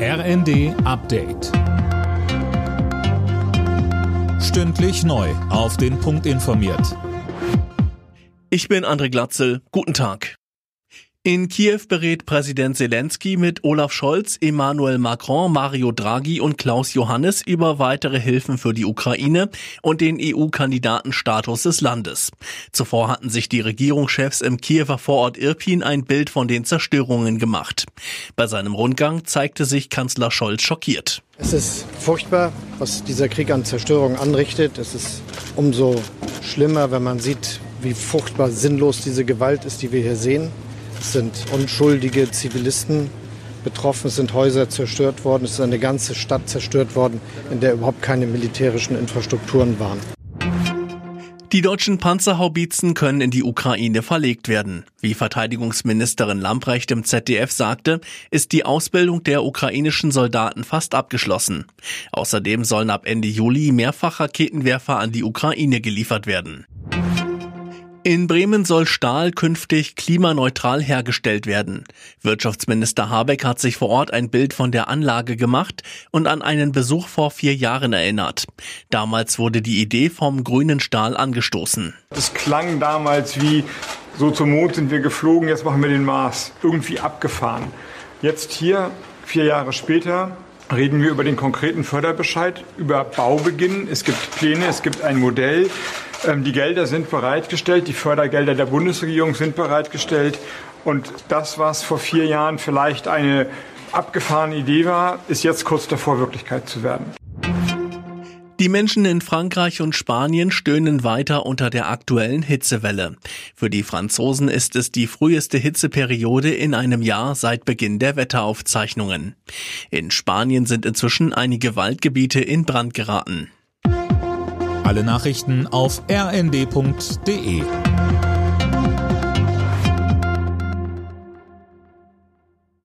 RND Update. Stündlich neu auf den Punkt informiert. Ich bin André Glatzel. Guten Tag. In Kiew berät Präsident Zelensky mit Olaf Scholz, Emmanuel Macron, Mario Draghi und Klaus Johannes über weitere Hilfen für die Ukraine und den EU-Kandidatenstatus des Landes. Zuvor hatten sich die Regierungschefs im Kiewer Vorort Irpin ein Bild von den Zerstörungen gemacht. Bei seinem Rundgang zeigte sich Kanzler Scholz schockiert. Es ist furchtbar, was dieser Krieg an Zerstörung anrichtet. Es ist umso schlimmer, wenn man sieht, wie furchtbar sinnlos diese Gewalt ist, die wir hier sehen. Es sind unschuldige Zivilisten betroffen, es sind Häuser zerstört worden, es ist eine ganze Stadt zerstört worden, in der überhaupt keine militärischen Infrastrukturen waren. Die deutschen Panzerhaubitzen können in die Ukraine verlegt werden. Wie Verteidigungsministerin Lambrecht im ZDF sagte, ist die Ausbildung der ukrainischen Soldaten fast abgeschlossen. Außerdem sollen ab Ende Juli Mehrfachraketenwerfer an die Ukraine geliefert werden. In Bremen soll Stahl künftig klimaneutral hergestellt werden. Wirtschaftsminister Habeck hat sich vor Ort ein Bild von der Anlage gemacht und an einen Besuch vor 4 Jahren erinnert. Damals wurde die Idee vom grünen Stahl angestoßen. Das klang damals wie, so zum Mond sind wir geflogen, jetzt machen wir den Mars. Irgendwie abgefahren. Jetzt hier, 4 Jahre später, reden wir über den konkreten Förderbescheid, über Baubeginn. Es gibt Pläne, es gibt ein Modell. Die Gelder sind bereitgestellt, die Fördergelder der Bundesregierung sind bereitgestellt. Und das, was vor 4 Jahren vielleicht eine abgefahrene Idee war, ist jetzt kurz davor, Wirklichkeit zu werden. Die Menschen in Frankreich und Spanien stöhnen weiter unter der aktuellen Hitzewelle. Für die Franzosen ist es die früheste Hitzeperiode in einem Jahr seit Beginn der Wetteraufzeichnungen. In Spanien sind inzwischen einige Waldgebiete in Brand geraten. Alle Nachrichten auf rnd.de.